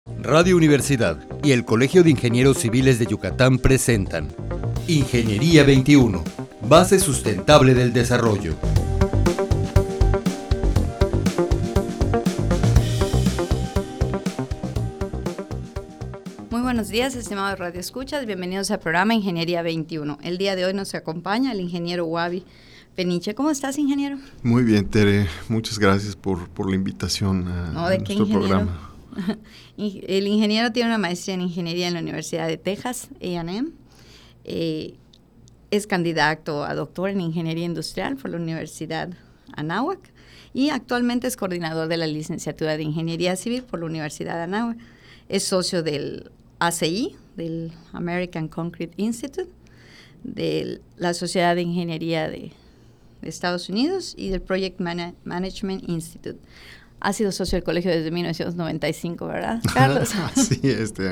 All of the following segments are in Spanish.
Radio Universidad y el Colegio de Ingenieros Civiles de Yucatán presentan Ingeniería 21, base sustentable del desarrollo. Muy buenos días, estimados radioescuchas, bienvenidos al programa Ingeniería 21. El día de hoy nos acompaña el ingeniero Wabi Peniche. ¿Cómo estás, ingeniero? Muy bien, Tere, muchas gracias por la invitación a nuestro programa. El ingeniero tiene una maestría en ingeniería en la Universidad de Texas, A&M. Es candidato a doctor en ingeniería industrial por la Universidad Anáhuac y actualmente es coordinador de la licenciatura de ingeniería civil por la Universidad Anáhuac. Es socio del ACI, del American Concrete Institute, de la Sociedad de Ingeniería de Estados Unidos y del Project Management Institute. Ha sido socio del colegio desde 1995, ¿verdad, Carlos? Sí,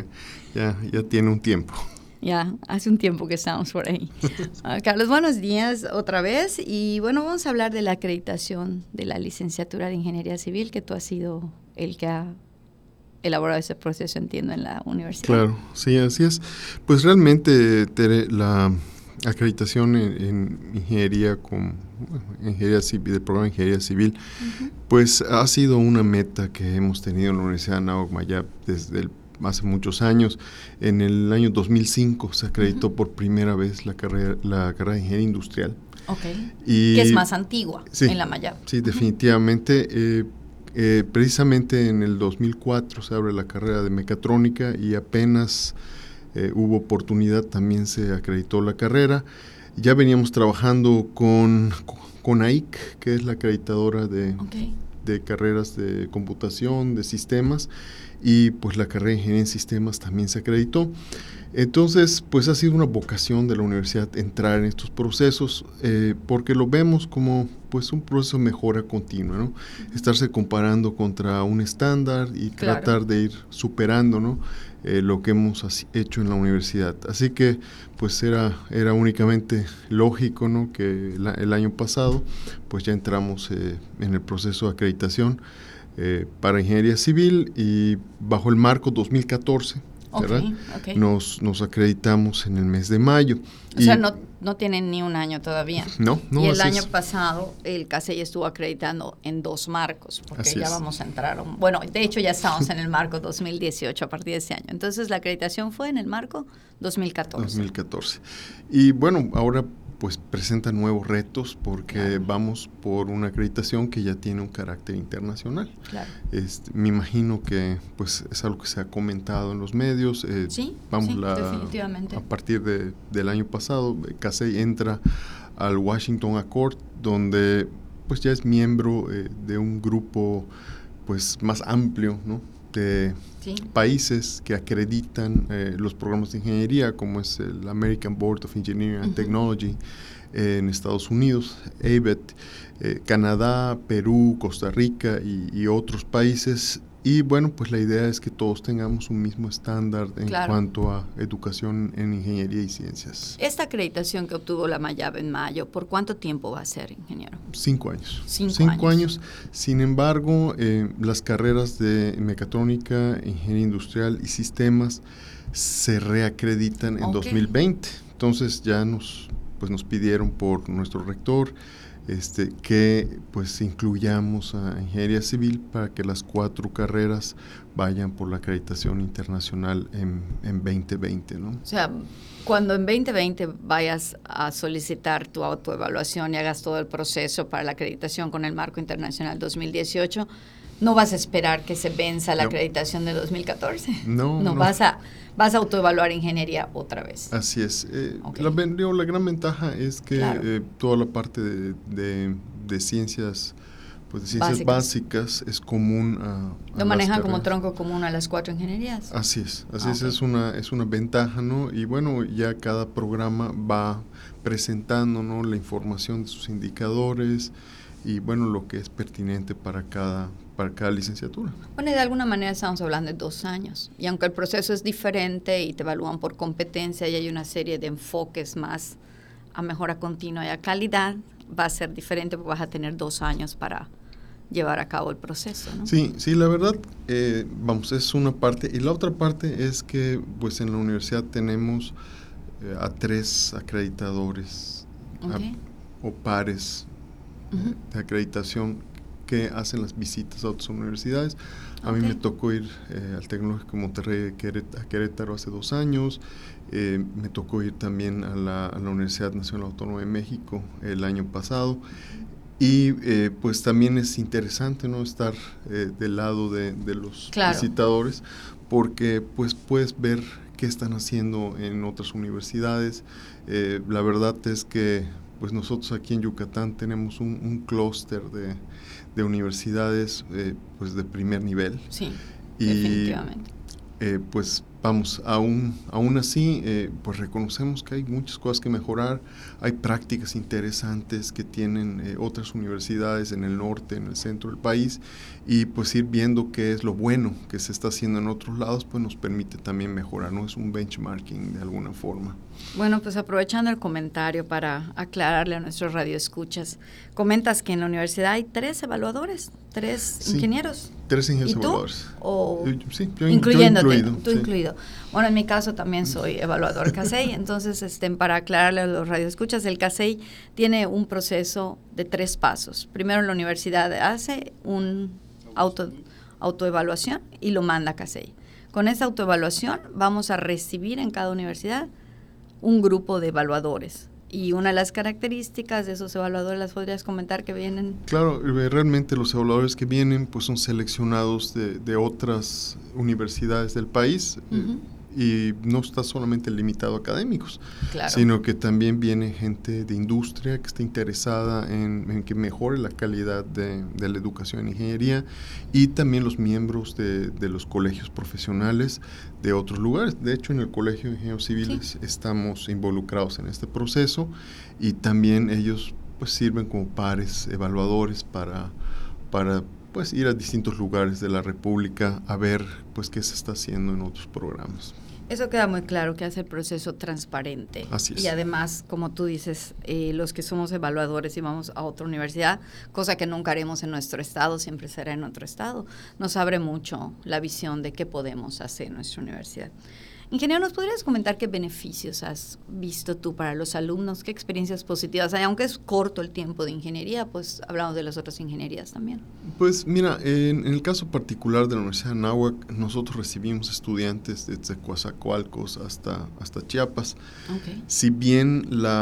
ya tiene un tiempo. Ya, hace un tiempo que estamos por ahí. Carlos, buenos días otra vez. Y bueno, vamos a hablar de la acreditación de la licenciatura de Ingeniería Civil, que tú has sido el que ha elaborado ese proceso, entiendo, en la universidad. Claro, sí, así es. Pues realmente, Tere, la acreditación en ingeniería ingeniería civil, del programa de ingeniería civil, pues ha sido una meta que hemos tenido en la Universidad de Anáhuac Mayab desde hace muchos años. En el año 2005 se acreditó por primera vez la carrera de ingeniería industrial. Okay. Que es más antigua, sí, en la Mayab. Sí, definitivamente. Precisamente en el 2004 se abre la carrera de mecatrónica y apenas hubo oportunidad, también se acreditó la carrera. Ya veníamos trabajando con AIC, que es la acreditadora de carreras de computación, de sistemas, y pues la carrera de ingeniería en sistemas también se acreditó. Entonces, pues ha sido una vocación de la universidad entrar en estos procesos, porque lo vemos como pues un proceso de mejora continua, ¿no? Estarse comparando contra un estándar y tratar de ir superando, ¿no? Lo que hemos hecho en la universidad. Así que pues era únicamente lógico, ¿no? Que el año pasado pues ya entramos en el proceso de acreditación para ingeniería civil, y bajo el marco 2014, ¿verdad? Okay. Nos acreditamos en el mes de mayo. O sea, no tienen ni un año todavía. No. Y el año pasado el CACEI estuvo acreditando en 2 marcos, porque así ya vamos a entrar. Bueno, de hecho ya estamos en el marco 2018 a partir de ese año. Entonces la acreditación fue en el marco 2014. Y bueno, ahora pues presenta nuevos retos porque vamos por una acreditación que ya tiene un carácter internacional. Claro. Me imagino que pues es algo que se ha comentado en los medios. Definitivamente. A partir del año pasado, CACEI entra al Washington Accord, donde pues ya es miembro de un grupo pues más amplio, ¿no? De países que acreditan los programas de ingeniería, como es el American Board of Engineering and Technology en Estados Unidos, ABET, Canadá, Perú, Costa Rica y otros países. Y bueno, pues la idea es que todos tengamos un mismo estándar en cuanto a educación en ingeniería y ciencias. Esta acreditación que obtuvo la Mayab en mayo, ¿por cuánto tiempo va a ser, ingeniero? 5 años. 5 años. Sin embargo, las carreras de mecatrónica, ingeniería industrial y sistemas se reacreditan en 2020. Entonces ya nos pidieron por nuestro rector que pues incluyamos a ingeniería civil para que las 4 carreras vayan por la acreditación internacional en 2020, ¿no? O sea, cuando en 2020 vayas a solicitar tu autoevaluación y hagas todo el proceso para la acreditación con el marco internacional 2018, no vas a esperar que se venza la acreditación de 2014. No. Vas a autoevaluar ingeniería otra vez. Así es. La gran ventaja es que toda la parte de ciencias, pues de ciencias básicas es común a lo manejan como tronco común a las 4 ingenierías. Así es, es una ventaja, ¿no? Y bueno, ya cada programa va presentando, ¿no?, la información de sus indicadores y bueno, lo que es pertinente para cada licenciatura. Bueno, y de alguna manera estamos hablando de 2 años, y aunque el proceso es diferente y te evalúan por competencia y hay una serie de enfoques más a mejora continua y a calidad, va a ser diferente porque vas a tener 2 años para llevar a cabo el proceso, ¿no? Sí, la verdad, es una parte. Y la otra parte es que pues en la universidad tenemos a 3 acreditadores o pares de acreditación que hacen las visitas a otras universidades. A mí me tocó ir al Tecnológico de Monterrey a Querétaro hace 2 años. Me tocó ir también a la Universidad Nacional Autónoma de México el año pasado. Y pues también es interesante, ¿no?, estar del lado de los visitadores, porque pues puedes ver qué están haciendo en otras universidades. La verdad es que pues nosotros aquí en Yucatán tenemos un clúster de universidades pues de primer nivel. Sí, y, definitivamente. Pues vamos, aún así, pues reconocemos que hay muchas cosas que mejorar. Hay prácticas interesantes que tienen otras universidades en el norte, en el centro del país, y pues ir viendo qué es lo bueno que se está haciendo en otros lados, pues nos permite también mejorar, ¿no? Es un benchmarking de alguna forma. Bueno, pues aprovechando el comentario para aclararle a nuestros radioescuchas, comentas que en la universidad hay 3 evaluadores, 3 ingenieros. 3 ingenieros ¿Y tú? evaluadores. Sí, yo incluyéndote, incluido. Tú incluido. Bueno, en mi caso también soy evaluador CASEI, entonces para aclararle a los radioescuchas, el CASEI tiene un proceso de 3 pasos. Primero la universidad hace un autoevaluación y lo manda a CASEI. Con esa autoevaluación vamos a recibir en cada universidad un grupo de evaluadores. Y una de las características de esos evaluadores, ¿las podrías comentar que vienen? Claro, realmente los evaluadores que vienen pues son seleccionados de otras universidades del país. Y no está solamente limitado a académicos, sino que también viene gente de industria que está interesada en que mejore la calidad de la educación en ingeniería, y también los miembros de los colegios profesionales de otros lugares. De hecho, en el Colegio de Ingenieros Civiles estamos involucrados en este proceso, y también ellos pues sirven como pares evaluadores para pues ir a distintos lugares de la República a ver pues qué se está haciendo en otros programas. Eso queda muy claro, que hace el proceso transparente. Así es. Y además, como tú dices, los que somos evaluadores y vamos a otra universidad, cosa que nunca haremos en nuestro estado, siempre será en otro estado, nos abre mucho la visión de qué podemos hacer en nuestra universidad. Ingeniero, ¿nos podrías comentar qué beneficios has visto tú para los alumnos? ¿Qué experiencias positivas hay? Aunque es corto el tiempo de ingeniería, pues hablamos de las otras ingenierías también. Pues mira, en el caso particular de la Universidad de Anáhuac, nosotros recibimos estudiantes desde Coatzacoalcos hasta Chiapas. Si bien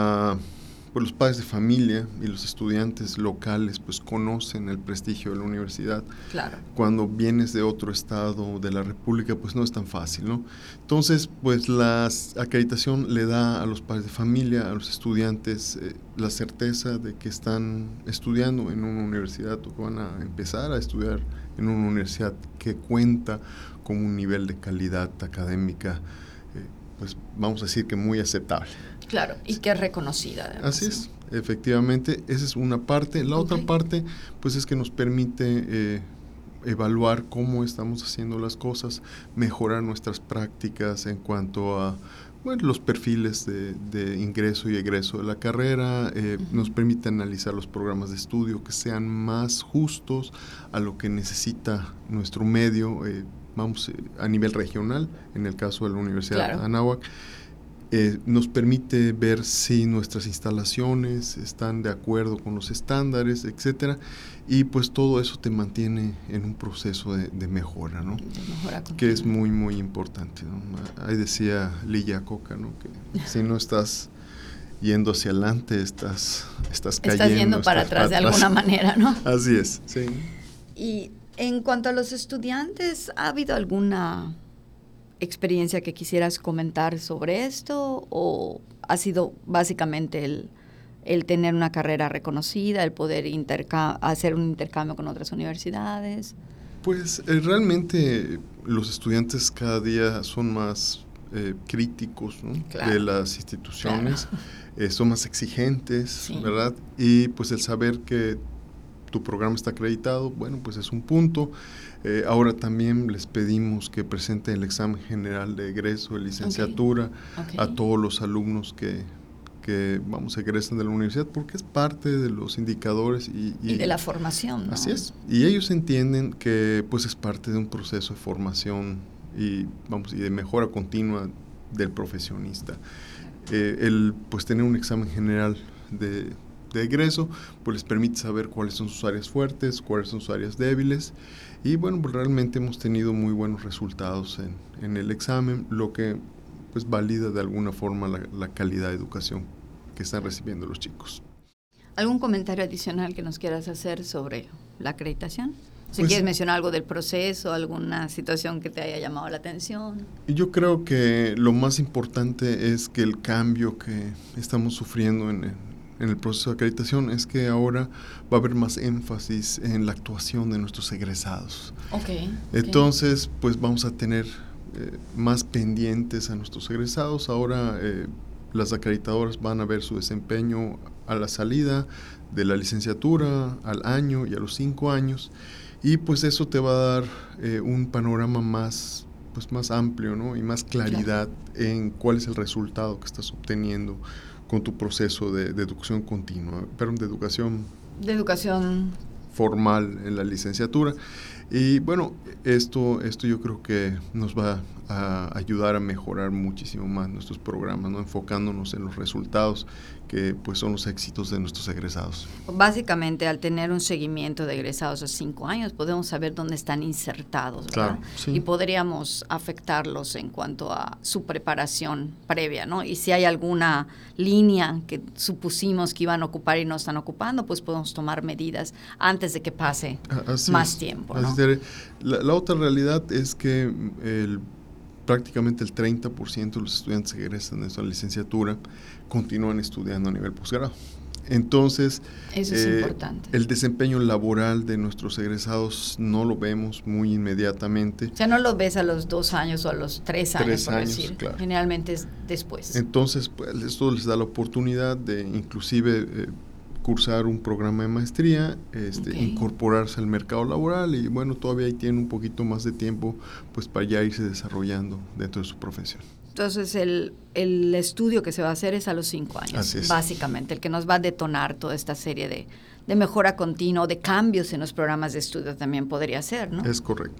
pues los padres de familia y los estudiantes locales pues conocen el prestigio de la universidad, cuando vienes de otro estado de la República pues no es tan fácil, ¿no? Entonces pues la acreditación le da a los padres de familia, a los estudiantes la certeza de que están estudiando en una universidad, o que van a empezar a estudiar en una universidad que cuenta con un nivel de calidad académica pues vamos a decir que muy aceptable. Claro, y que es reconocida. Además, así es, efectivamente, esa es una parte. La otra parte, pues es que nos permite evaluar cómo estamos haciendo las cosas, mejorar nuestras prácticas en cuanto a los perfiles de ingreso y egreso de la carrera. Nos permite analizar los programas de estudio que sean más justos a lo que necesita nuestro medio, a nivel regional, en el caso de la Universidad de Anáhuac. Nos permite ver si nuestras instalaciones están de acuerdo con los estándares, etcétera, y pues todo eso te mantiene en un proceso de mejora, ¿no? Que es muy, muy importante, ¿no? Ahí decía Lilla Coca, ¿no? Que si no estás yendo hacia adelante, estás cayendo. Estás yendo para atrás de alguna manera, ¿no? Así es, sí. Y en cuanto a los estudiantes, ¿ha habido alguna experiencia que quisieras comentar sobre esto, o ha sido básicamente el tener una carrera reconocida, el poder hacer un intercambio con otras universidades? Pues realmente los estudiantes cada día son más críticos, ¿no? De las instituciones, son más exigentes, ¿verdad? Y pues el saber que tu programa está acreditado, bueno, pues es un punto. Ahora también les pedimos que presenten el examen general de egreso de licenciatura a todos los alumnos que que egresan de la universidad, porque es parte de los indicadores y de la formación, ¿no? Así es. Y ellos entienden que pues es parte de un proceso de formación y de mejora continua del profesionista. El pues tener un examen general de egreso pues les permite saber cuáles son sus áreas fuertes, cuáles son sus áreas débiles, y bueno, pues realmente hemos tenido muy buenos resultados en el examen, lo que pues valida de alguna forma la calidad de educación que están recibiendo los chicos. ¿Algún comentario adicional que nos quieras hacer sobre la acreditación? Si pues, quieres mencionar algo del proceso, alguna situación que te haya llamado la atención. Yo creo que lo más importante es que el cambio que estamos sufriendo en el proceso de acreditación es que ahora va a haber más énfasis en la actuación de nuestros egresados. Entonces, pues vamos a tener más pendientes a nuestros egresados. Ahora las acreditadoras van a ver su desempeño a la salida de la licenciatura, al año y a los 5 años. Y pues eso te va a dar un panorama más amplio, ¿no? Y más claridad en cuál es el resultado que estás obteniendo con tu proceso de educación continua, de educación formal en la licenciatura. Y bueno, esto yo creo que nos va a ayudar a mejorar muchísimo más nuestros programas, ¿no? Enfocándonos en los resultados que pues son los éxitos de nuestros egresados. Básicamente, al tener un seguimiento de egresados a 5 años, podemos saber dónde están insertados, ¿verdad? Claro, sí. Y podríamos afectarlos en cuanto a su preparación previa, ¿no? Y si hay alguna línea que supusimos que iban a ocupar y no están ocupando, pues podemos tomar medidas antes de que pase más tiempo, ¿no? La otra realidad es que prácticamente el 30% de los estudiantes que egresan de esta licenciatura continúan estudiando a nivel posgrado. Entonces, eso es importante. El desempeño laboral de nuestros egresados no lo vemos muy inmediatamente. O sea, no lo ves a los 2 años o a los 3 años, por decir. Claro. Generalmente es después. Entonces, pues, esto les da la oportunidad de inclusive cursar un programa de maestría, incorporarse al mercado laboral, y bueno, todavía ahí tienen un poquito más de tiempo pues para ya irse desarrollando dentro de su profesión. Entonces el estudio que se va a hacer es a los 5 años, así es. Básicamente, el que nos va a detonar toda esta serie de mejora continua, de cambios en los programas de estudio también podría ser, ¿no? Es correcto.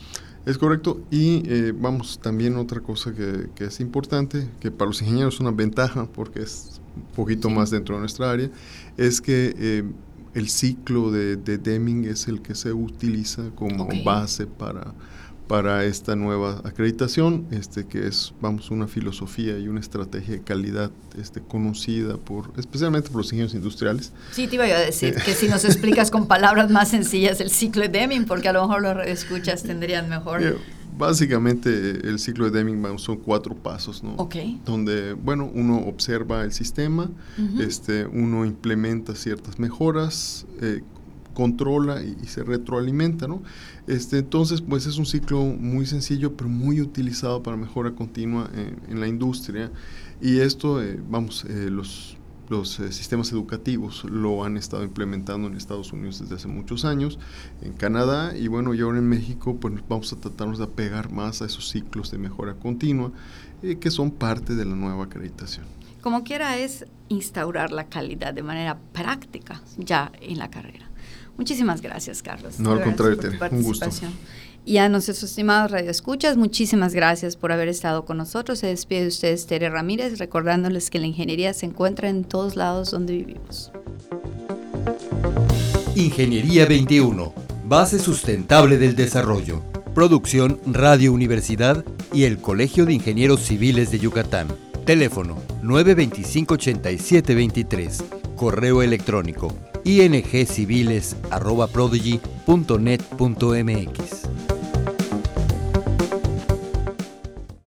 Y también otra cosa que es importante, que para los ingenieros es una ventaja porque es un poquito más dentro de nuestra área, es que el ciclo de Deming es el que se utiliza como base para esta nueva acreditación, que es, una filosofía y una estrategia de calidad conocida especialmente por los ingenieros industriales. Sí, te iba a decir que si nos explicas con palabras más sencillas el ciclo de Deming, porque a lo mejor los escuchas tendrían mejor. Básicamente el ciclo de Deming son 4 pasos, ¿no? Donde, uno observa el sistema, uno implementa ciertas mejoras, controla y se retroalimenta, ¿no? Entonces, pues es un ciclo muy sencillo, pero muy utilizado para mejora continua en la industria. Y esto, los sistemas educativos lo han estado implementando en Estados Unidos desde hace muchos años, en Canadá, y ahora en México, pues vamos a tratarnos de apegar más a esos ciclos de mejora continua, que son parte de la nueva acreditación. Como quiera, es instaurar la calidad de manera práctica ya en la carrera. Muchísimas gracias, Carlos. No, al contrario, Tere, un gusto. Y a nuestros estimados radioescuchas, muchísimas gracias por haber estado con nosotros. Se despide de ustedes Tere Ramírez, recordándoles que la ingeniería se encuentra en todos lados donde vivimos. Ingeniería 21, base sustentable del desarrollo. Producción Radio Universidad y el Colegio de Ingenieros Civiles de Yucatán. Teléfono 925-8723. Correo electrónico ingciviles@prodigy.net.mx.